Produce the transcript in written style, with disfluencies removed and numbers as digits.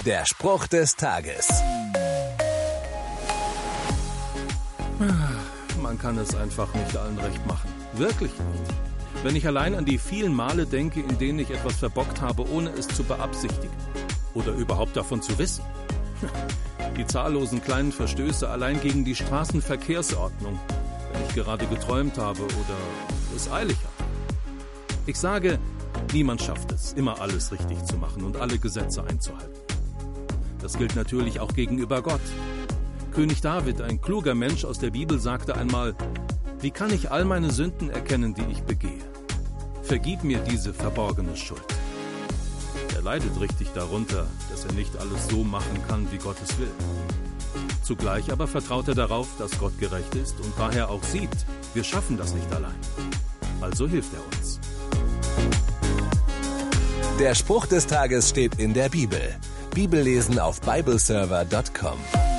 Der Spruch des Tages. Man kann es einfach nicht allen recht machen. Wirklich nicht. Wenn ich allein an die vielen Male denke, in denen ich etwas verbockt habe, ohne es zu beabsichtigen oder überhaupt davon zu wissen. Die zahllosen kleinen Verstöße allein gegen die Straßenverkehrsordnung, wenn ich gerade geträumt habe oder es eilig habe. Ich sage, niemand schafft es, immer alles richtig zu machen und alle Gesetze einzuhalten. Das gilt natürlich auch gegenüber Gott. König David, ein kluger Mensch aus der Bibel, sagte einmal: Wie kann ich all meine Sünden erkennen, die ich begehe? Vergib mir diese verborgene Schuld. Er leidet richtig darunter, dass er nicht alles so machen kann, wie Gott es will. Zugleich aber vertraut er darauf, dass Gott gerecht ist und daher auch sieht, wir schaffen das nicht allein. Also hilft er uns. Der Spruch des Tages steht in der Bibel. Bibellesen auf bibleserver.com.